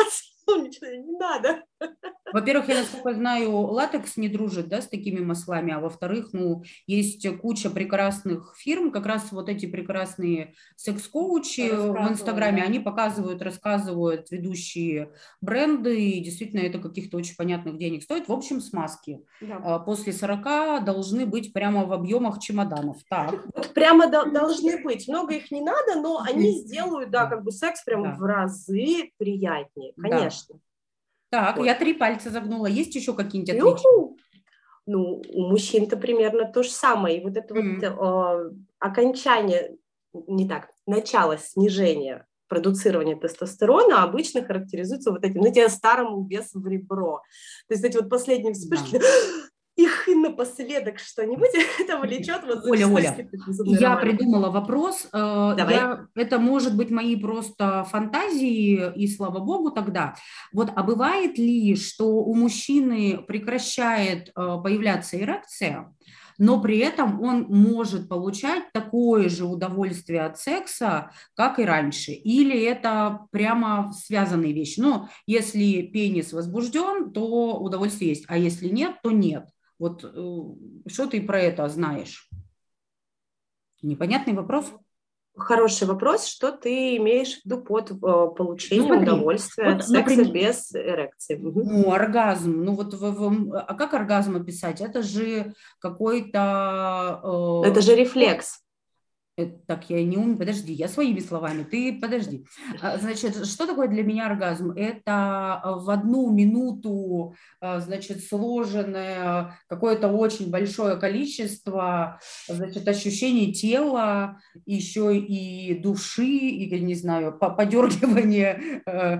B: солнечное не надо.
A: Во-первых, я, насколько знаю, латекс не дружит, да, с такими маслами, а во-вторых, ну, есть куча прекрасных фирм, как раз вот эти прекрасные секс-коучи в Инстаграме,
C: да.
A: они показывают, рассказывают ведущие бренды, и действительно это каких-то очень понятных денег стоит. В общем, смазки после 40 должны быть прямо в объемах чемоданов. Так.
B: Вот прямо должны быть. Много их не надо, но они сделают, да, как бы секс прям в разы приятнее, конечно.
A: Так,
B: вот.
A: Я 3 пальца загнула. Есть еще какие-нибудь отличия?
B: Ну, у мужчин-то примерно то же самое. И вот это вот окончание, не так, начало снижения продуцирования тестостерона обычно характеризуется вот этим, знаете, старому весу в ребро. То есть эти вот последние вспышки, их и напоследок что-нибудь, это влечет вот...
A: Оля, я придумала вопрос.
B: Давай.
A: Это может быть мои просто фантазии, и слава богу тогда. Вот, а бывает ли, что у мужчины прекращает появляться эрекция, но при этом он может получать такое же удовольствие от секса, как и раньше? Или это прямо связанные вещи? Ну, если пенис возбужден, то удовольствие есть, а если нет, то нет. Вот что ты про это знаешь? Непонятный вопрос?
B: Хороший вопрос. Что ты имеешь в виду под получением удовольствия от секса, например, без эрекции?
A: Ну, оргазм. Ну, вот а как оргазм описать? Это же какой-то...
B: Это же рефлекс.
A: Так, я не умею, подожди, я своими словами, ты подожди. Значит, что такое для меня оргазм? Это в 1 минуту, значит, сложенное какое-то очень большое количество, значит, ощущений тела, еще и души, и, не знаю, подергивание,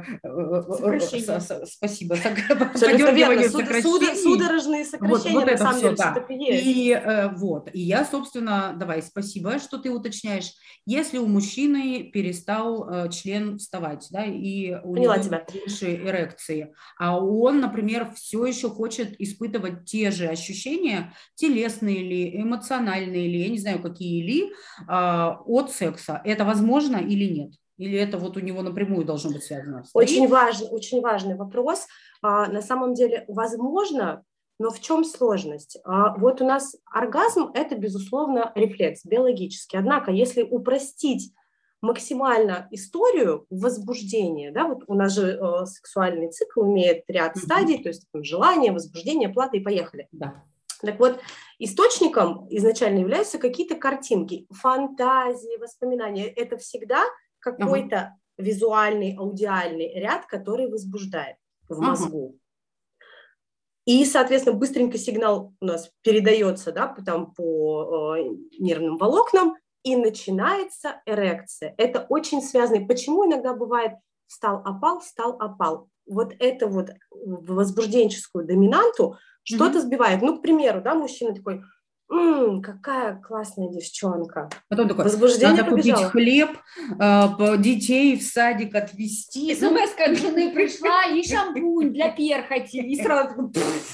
A: спасибо, подергивание, сокращение.
B: Судорожные сокращения,
A: вот
B: на
A: это
B: самом
A: все,
B: деле,
A: да.
B: так и есть.
A: И я, собственно, давай, спасибо, что ты уточняешь. Если у мужчины перестал член вставать, да, и у него меньше эрекции, а он, например, все еще хочет испытывать те же ощущения, телесные ли, эмоциональные ли, я не знаю, какие ли, от секса, это возможно или нет? Или это вот у него напрямую должно быть связано?
B: Очень важный вопрос. На самом деле, возможно, но в чем сложность? Вот у нас оргазм – это, безусловно, рефлекс биологический. Однако, если упростить максимально историю возбуждения, да, вот у нас же сексуальный цикл имеет ряд стадий, то есть желание, возбуждение, плата и поехали.
A: Да.
B: Так вот, источником изначально являются какие-то картинки, фантазии, воспоминания. Это всегда какой-то визуальный, аудиальный ряд, который возбуждает в мозгу. И, соответственно, быстренько сигнал у нас передается, да, по нервным волокнам, и начинается эрекция. Это очень связано. Почему иногда бывает встал, опал? Вот это вот возбужденческую доминанту что-то сбивает. Ну, к примеру, да, мужчина такой: какая классная девчонка.
A: Потом такой:
B: возбуждение
A: надо
B: побежало.
A: Купить хлеб, детей в садик отвезти.
C: СМС от жены пришла, и шампунь для перхоти, и сразу...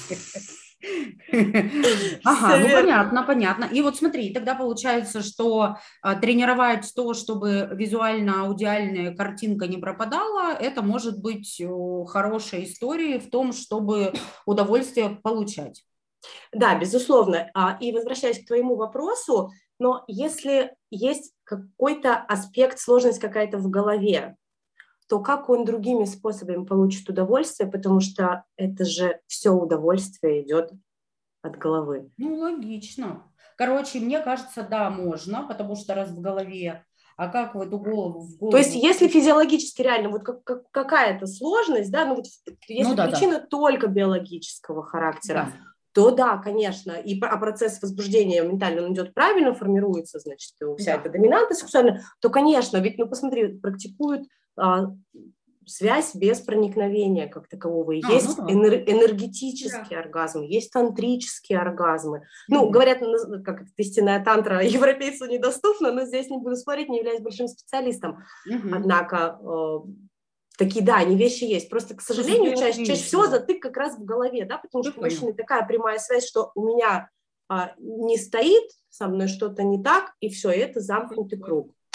A: Ага, ну понятно. И вот смотри, тогда получается, что тренировать то, чтобы визуально-аудиальная картинка не пропадала, это может быть хорошей историей в том, чтобы удовольствие получать.
B: Да, безусловно. И возвращаясь к твоему вопросу, но если есть какой-то аспект, сложность какая-то в голове, то как он другими способами получит удовольствие, потому что это же все удовольствие идет от головы.
A: Ну, логично. Короче, мне кажется, да, можно, потому что раз в голове, а как в эту голову?
B: То есть если физиологически реально вот какая-то сложность, да, ну вот если причина только биологического характера, то да, конечно, а процесс возбуждения ментально он идет правильно, формируется, значит, вся эта доминанта сексуальная, то, конечно, ведь, ну, посмотри, практикуют связь без проникновения как такового. Есть энергетический оргазм, есть тантрические оргазмы. Ну, говорят, как истинная тантра европейцу недоступна, но здесь не буду спорить, не являюсь большим специалистом. Однако такие, да, они вещи есть. Просто, к сожалению, чаще всего затык как раз в голове, да, потому что у мужчины такая прямая связь, что у меня не стоит, со мной что-то не так, и все, и это замкнутый круг.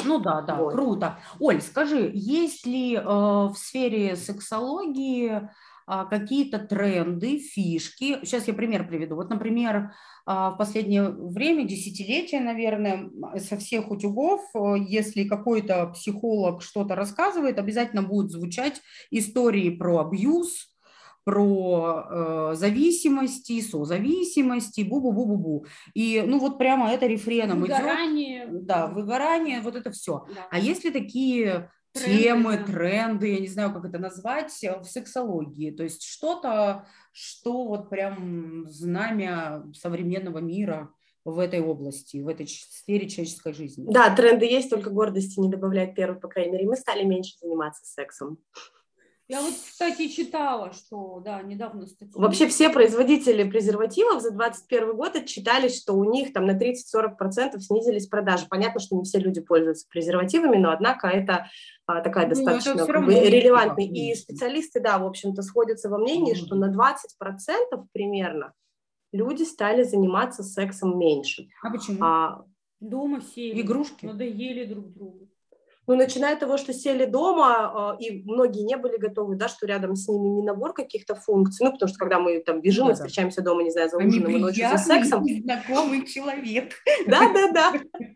A: Ну да,
B: Вот.
A: круто. Оль, скажи, есть ли в сфере сексологии какие-то тренды, фишки? Сейчас я пример приведу. Вот, например, в последнее время, десятилетия, наверное, со всех утюгов, если какой-то психолог что-то рассказывает, обязательно будут звучать истории про абьюз, про зависимости, созависимости, бу-бу-бу-бу-бу. И, ну, вот прямо это рефреном
C: выгорание.
A: идет. Да, выгорание, вот это все.
C: Да.
A: А есть ли такие темы, тренды, я не знаю, как это назвать, в сексологии? То есть что-то, что вот прям знамя современного мира в этой области, в этой сфере человеческой жизни?
B: Да, тренды есть, только гордости не добавляет первый, по крайней мере. Мы стали меньше заниматься сексом.
C: Я вот, кстати, читала, что, да, недавно статью.
B: Вообще все производители презервативов за 2021 год отчитались, что у них там на 30-40% снизились продажи. Понятно, что не все люди пользуются презервативами, но однако это такая достаточно релевантная. И специалисты, да, в общем-то, сходятся во мнении, что на 20% примерно люди стали заниматься сексом меньше.
A: А почему?
C: Дома сели.
A: Игрушки?
C: Надоели друг другу.
B: Ну, начиная от того, что сели дома, и многие не были готовы, да, что рядом с ними не набор каких-то функций, ну, потому что когда мы там бежим и встречаемся дома, не знаю, за ужином и ночью за сексом.
A: Незнакомый человек.
B: Да.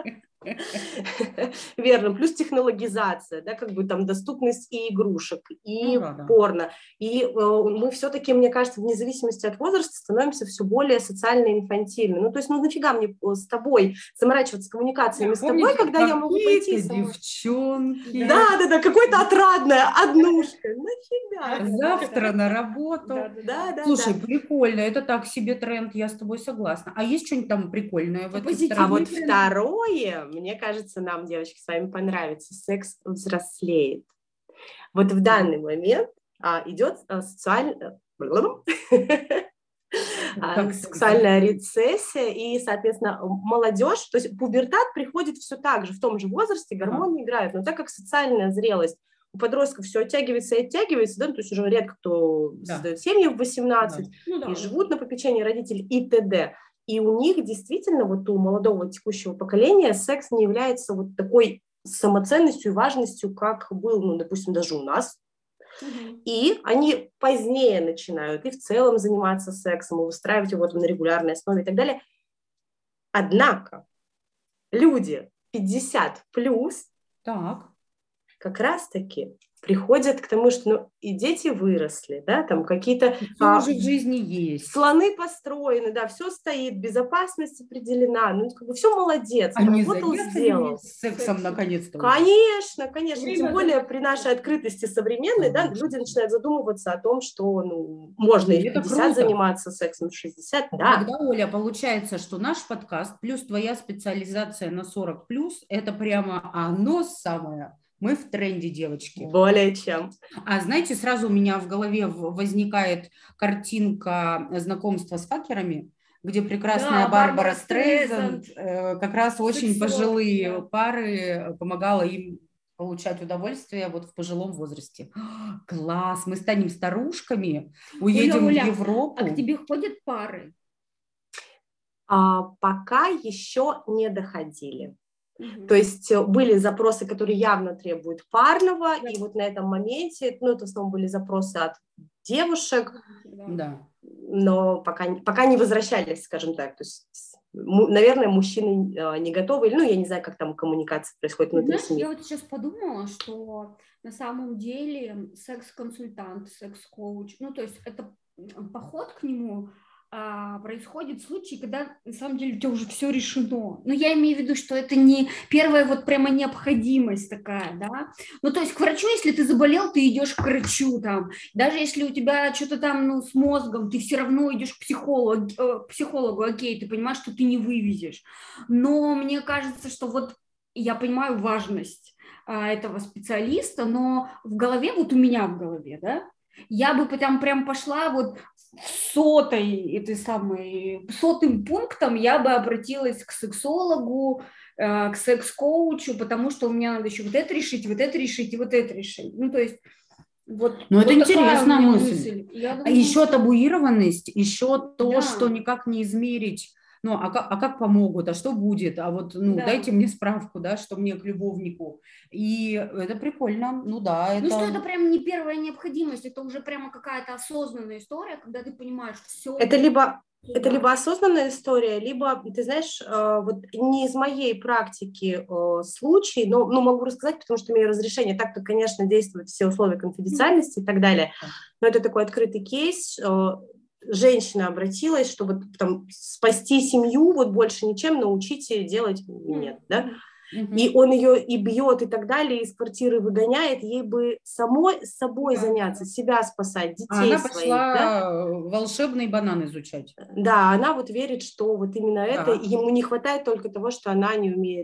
B: Верно, плюс технологизация, да, как бы там доступность и игрушек, и порно. И мы все-таки, мне кажется, вне зависимости от возраста становимся все более социально инфантильны. Ну, то есть, ну, нафига мне с тобой заморачиваться коммуникациями с тобой, когда я могу пойти
A: девчонки.
B: Да, какой-то отрадная однушка. Нафига?
A: Завтра на работу.
B: Да.
A: Слушай, прикольно, это так себе тренд, я с тобой согласна. А есть что-нибудь там прикольное в этом?
B: А вот второе, мне кажется, нам, девочки, с вами понравится. Секс взрослеет. Вот в данный момент идет сексуальная рецессия, и, соответственно, молодежь, то есть пубертат приходит все так же, в том же возрасте, гормоны играют, но так как социальная зрелость у подростков все оттягивается и оттягивается, да, то есть уже редко кто создает семьи в 18 и живут на попечении родителей и т.д. И у них действительно, вот у молодого текущего поколения, секс не является вот такой самоценностью и важностью, как был, ну, допустим, даже у нас. И они позднее начинают и в целом заниматься сексом, и устраивать его на регулярной основе и так далее. Однако люди 50+, как раз-таки приходят к тому, что ну, и дети выросли, да, там какие-то
A: уже в жизни есть.
B: Слоны построены, да, все стоит, безопасность определена, ну, как бы все молодец, работал, сделал.
A: Сексом наконец-то.
B: Конечно, тем более при нашей открытости современной, да, люди начинают задумываться о том, что ну, можно и в 50 заниматься сексом, в 60, да.
A: Тогда, Оля, получается, что наш подкаст плюс твоя специализация на 40+, это прямо оно самое. Мы в тренде, девочки.
B: Более чем.
A: А знаете, сразу у меня в голове возникает картинка знакомства с факерами, где прекрасная Барбара Стрейзанд, как раз очень пожилые пары, помогала им получать удовольствие вот в пожилом возрасте. Класс, мы станем старушками, уедем в Европу.
C: А к тебе ходят пары?
B: Пока еще не доходили. То есть были запросы, которые явно требуют парного, и вот на этом моменте, ну, это в основном были запросы от девушек, но пока не возвращались, скажем так. То есть, наверное, мужчины не готовы, ну, я не знаю, как там коммуникация происходит внутри семьи.
C: Я вот сейчас подумала, что на самом деле секс-консультант, секс-коуч, ну, то есть это поход к нему происходит случай, когда на самом деле у тебя уже все решено. Но я имею в виду, что это не первая вот прямо необходимость такая, да. Ну, то есть к врачу, если ты заболел, ты идешь к врачу там. Даже если у тебя что-то там, ну, с мозгом, ты все равно идешь к психологу, окей, ты понимаешь, что ты не вывезешь. Но мне кажется, что вот я понимаю важность этого специалиста, но в голове, вот у меня в голове, да, я бы прям пошла вот сотым пунктом я бы обратилась к сексологу, к секс-коучу, потому что у меня надо еще вот это решить, и вот это решить. Ну, то есть вот.
A: Ну, вот это интересная мысль. Думаю, еще табуированность, еще то, что никак не измерить ну, а как помогут, а что будет, а вот, ну,
C: Да.
A: дайте мне справку, да, что мне к любовнику. И это прикольно, ну да.
C: Ну, что это прям не первая необходимость, это уже прямо какая-то осознанная история, когда ты понимаешь, все.
B: Это либо осознанная история, либо, ты знаешь, вот не из моей практики случай, но могу рассказать, потому что имею разрешение. Так-то, конечно, действуют все условия конфиденциальности и так далее, но это такой открытый кейс. Женщина обратилась, чтобы там спасти семью, вот больше ничем, научите делать нет, да? И он ее и бьет, и так далее, из квартиры выгоняет, ей бы самой собой заняться, себя спасать, детей
A: она
B: своих.
A: пошла
B: да?
A: волшебный банан изучать.
B: Да, она вот верит, что вот именно это, и ему не хватает только того, что она не умеет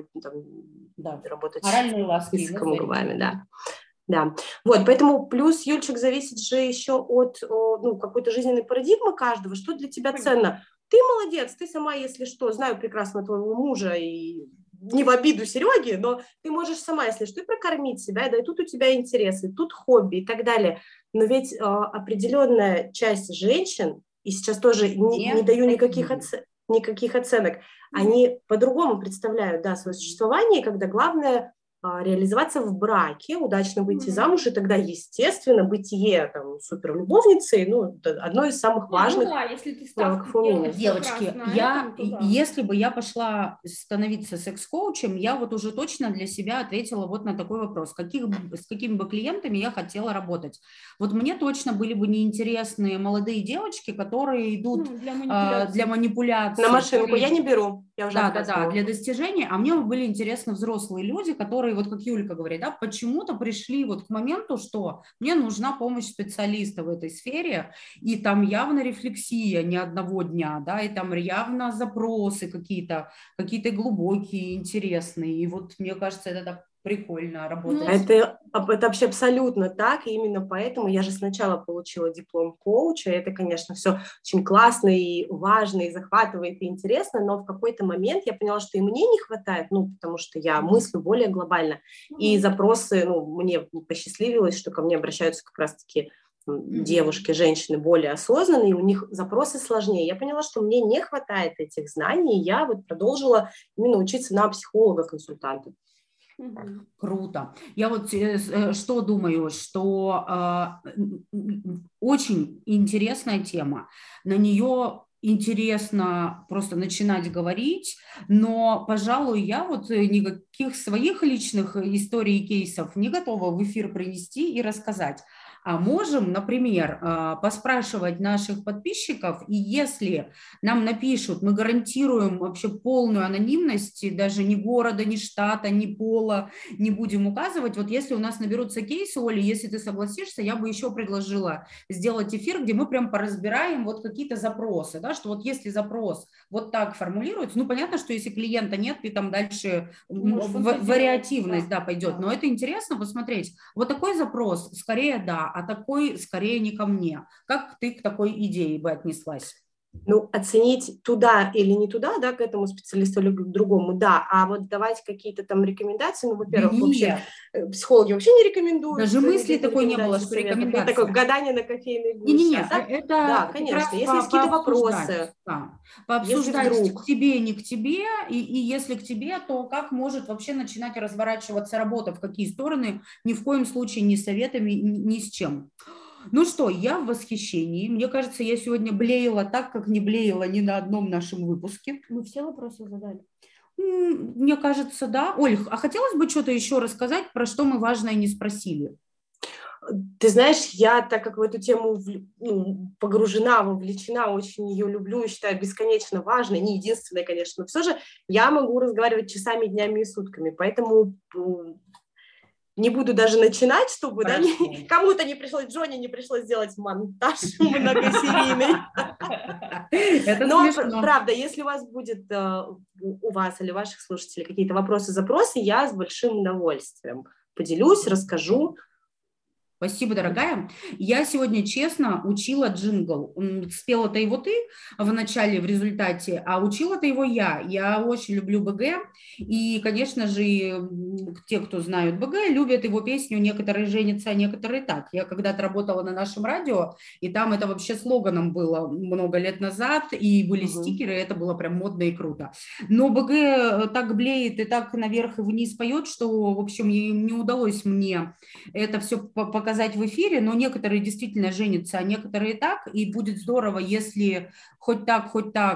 B: там, работать с языком и губами, да. Да, вот, поэтому плюс, Юльчик, зависит же еще от какой-то жизненной парадигмы каждого, что для тебя ценно. Ты молодец, ты сама, если что, знаю прекрасно твоего мужа и не в обиду Сереге, но ты можешь сама, если что, и прокормить себя, да, и тут у тебя интересы, тут хобби и так далее. Но ведь определенная часть женщин, и сейчас тоже не даю никаких оценок, они по-другому представляют, да, свое существование, когда главное реализоваться в браке, удачно выйти замуж, и тогда, естественно, бытие там суперлюбовницей, одно из самых важных
C: если ты
B: навыков умения.
A: Девочки, если бы я пошла становиться секс-коучем, я вот уже точно для себя ответила вот на такой вопрос, с какими бы клиентами я хотела работать. Вот мне точно были бы неинтересны молодые девочки, которые идут для манипуляции.
B: На машинку я не беру, я уже
A: Да, для достижения, а мне были интересны взрослые люди, которые, вот как Юлька говорит, да, почему-то пришли вот к моменту, что мне нужна помощь специалиста в этой сфере, и там явно рефлексия не одного дня, да, и там явно запросы какие-то глубокие, интересные, и вот мне кажется, это так прикольно работать.
B: Это вообще абсолютно так, и именно поэтому я же сначала получила диплом коуча, это, конечно, все очень классно и важно, и захватывает, и интересно, но в какой-то момент я поняла, что и мне не хватает, потому что я мыслю более глобально, и запросы, мне посчастливилось, что ко мне обращаются как раз-таки девушки, женщины более осознанные, у них запросы сложнее. Я поняла, что мне не хватает этих знаний, и я вот продолжила именно учиться на психолога-консультанта.
A: Круто. Я вот что думаю, что очень интересная тема. На нее интересно просто начинать говорить, но, пожалуй, я вот никаких своих личных историй и кейсов не готова в эфир принести и рассказать. А можем, например, поспрашивать наших подписчиков, и если нам напишут, мы гарантируем вообще полную анонимность, даже ни города, ни штата, ни пола не будем указывать. Вот если у нас наберутся кейсы, Оля, если ты согласишься, я бы еще предложила сделать эфир, где мы прям поразбираем вот какие-то запросы, да, что вот если запрос вот так формулируется, понятно, что если клиента нет, ты там дальше вариативность, да, пойдет, но это интересно посмотреть. Вот такой запрос, скорее да, а такой скорее не ко мне. Как ты к такой идее бы отнеслась?
B: Оценить туда или не туда, да, к этому специалисту или к другому, да, а вот давать какие-то там рекомендации, во-первых, вообще психологи вообще не рекомендуют.
A: Даже мысли такой не было, что рекомендации.
B: Это такое гадание на кофейной гуще.
A: Не-не-не, это
B: да, конечно, если есть какие-то вопросы.
A: Да, пообсуждать к тебе, не к тебе, и если к тебе, то как может вообще начинать разворачиваться работа, в какие стороны, ни в коем случае ни советами, ни с чем. Ну что, я в восхищении. Мне кажется, я сегодня блеяла так, как не блеяла ни на одном нашем выпуске.
C: Мы все вопросы задали.
A: Мне кажется, да. Оль, а хотелось бы что-то еще рассказать, про что мы важное не спросили?
B: Ты знаешь, я, так как в эту тему погружена, вовлечена, очень ее люблю и считаю бесконечно важной, не единственной, конечно, но все же я могу разговаривать часами, днями и сутками, поэтому не буду даже начинать, чтобы кому-то не пришлось, Джонни не пришлось делать монтаж многосерийный. Но, правда, если у вас будет, у вас или ваших слушателей какие-то вопросы, запросы, я с большим удовольствием поделюсь, расскажу.
A: Спасибо, дорогая. Я сегодня, честно, учила джингл. Спела-то его ты в начале, в результате, а учила-то его я. Я очень люблю БГ, и, конечно же, те, кто знают БГ, любят его песню «Некоторые женятся, а некоторые так». Я когда-то работала на нашем радио, и там это вообще слоганом было много лет назад, и были стикеры, и это было прям модно и круто. Но БГ так блеет и так наверх и вниз поет, что, в общем, не удалось мне это все показать в эфире, но некоторые действительно женятся, а некоторые так, и будет здорово, если хоть так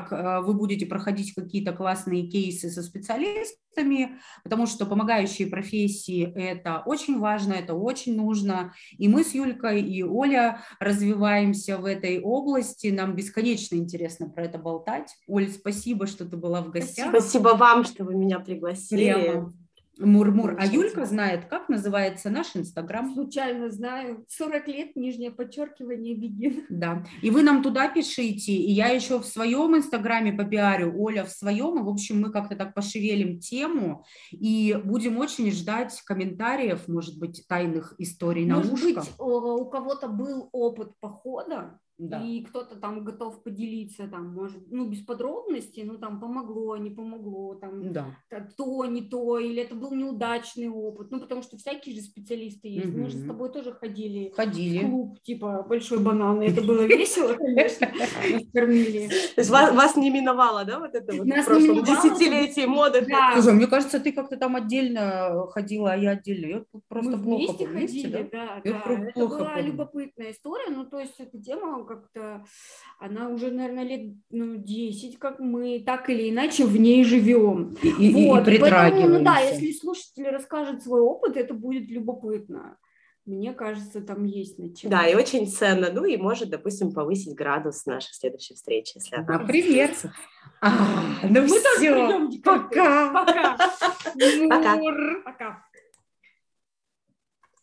A: вы будете проходить какие-то классные кейсы со специалистами, потому что помогающие профессии – это очень важно, это очень нужно, и мы с Юлькой и Оля развиваемся в этой области, нам бесконечно интересно про это болтать. Оль, спасибо, что ты была в гостях.
B: Спасибо вам, что вы меня пригласили.
A: Прямо. Мур-мур. А Юлька знает, как называется наш Инстаграм.
C: Случайно знаю. 40 лет, нижнее подчеркивание, Begin.
A: Да. И вы нам туда пишите. И я еще в своем Инстаграме попиарю, Оля в своем. И, в общем, мы как-то так пошевелим тему. И будем очень ждать комментариев, может быть, тайных историй на ушко.
C: Может быть, у кого-то был опыт похода,
A: да.
C: И кто-то там готов поделиться, там, может, без подробностей, там помогло, не помогло, там,
A: да.
C: то, не то, или это был неудачный опыт, потому что всякие же специалисты есть. Мы же с тобой тоже ходили. В клуб, типа, большой банан, и это было весело, конечно, нас кормили.
B: То есть вас не миновало, да, вот это вот в прошлом десятилетии моды?
A: Слушай, мне кажется, ты как-то там отдельно ходила, а я отдельно. Я просто
C: мы
A: плохо
C: вместе ходили, да. Это была любопытная история, то есть эта тема как-то, она уже, наверное, лет 10, как мы так или иначе в ней живем.
A: И притрагиваемся.
C: Поэтому, если слушатели расскажут свой опыт, это будет любопытно. Мне кажется, там есть над чем.
B: Да, и очень ценно. И может, допустим, повысить градус нашей следующей встречи. Если
A: привет.
C: Мы тоже придем.
A: Пока.
C: Пока.
B: Пока.
C: Пока.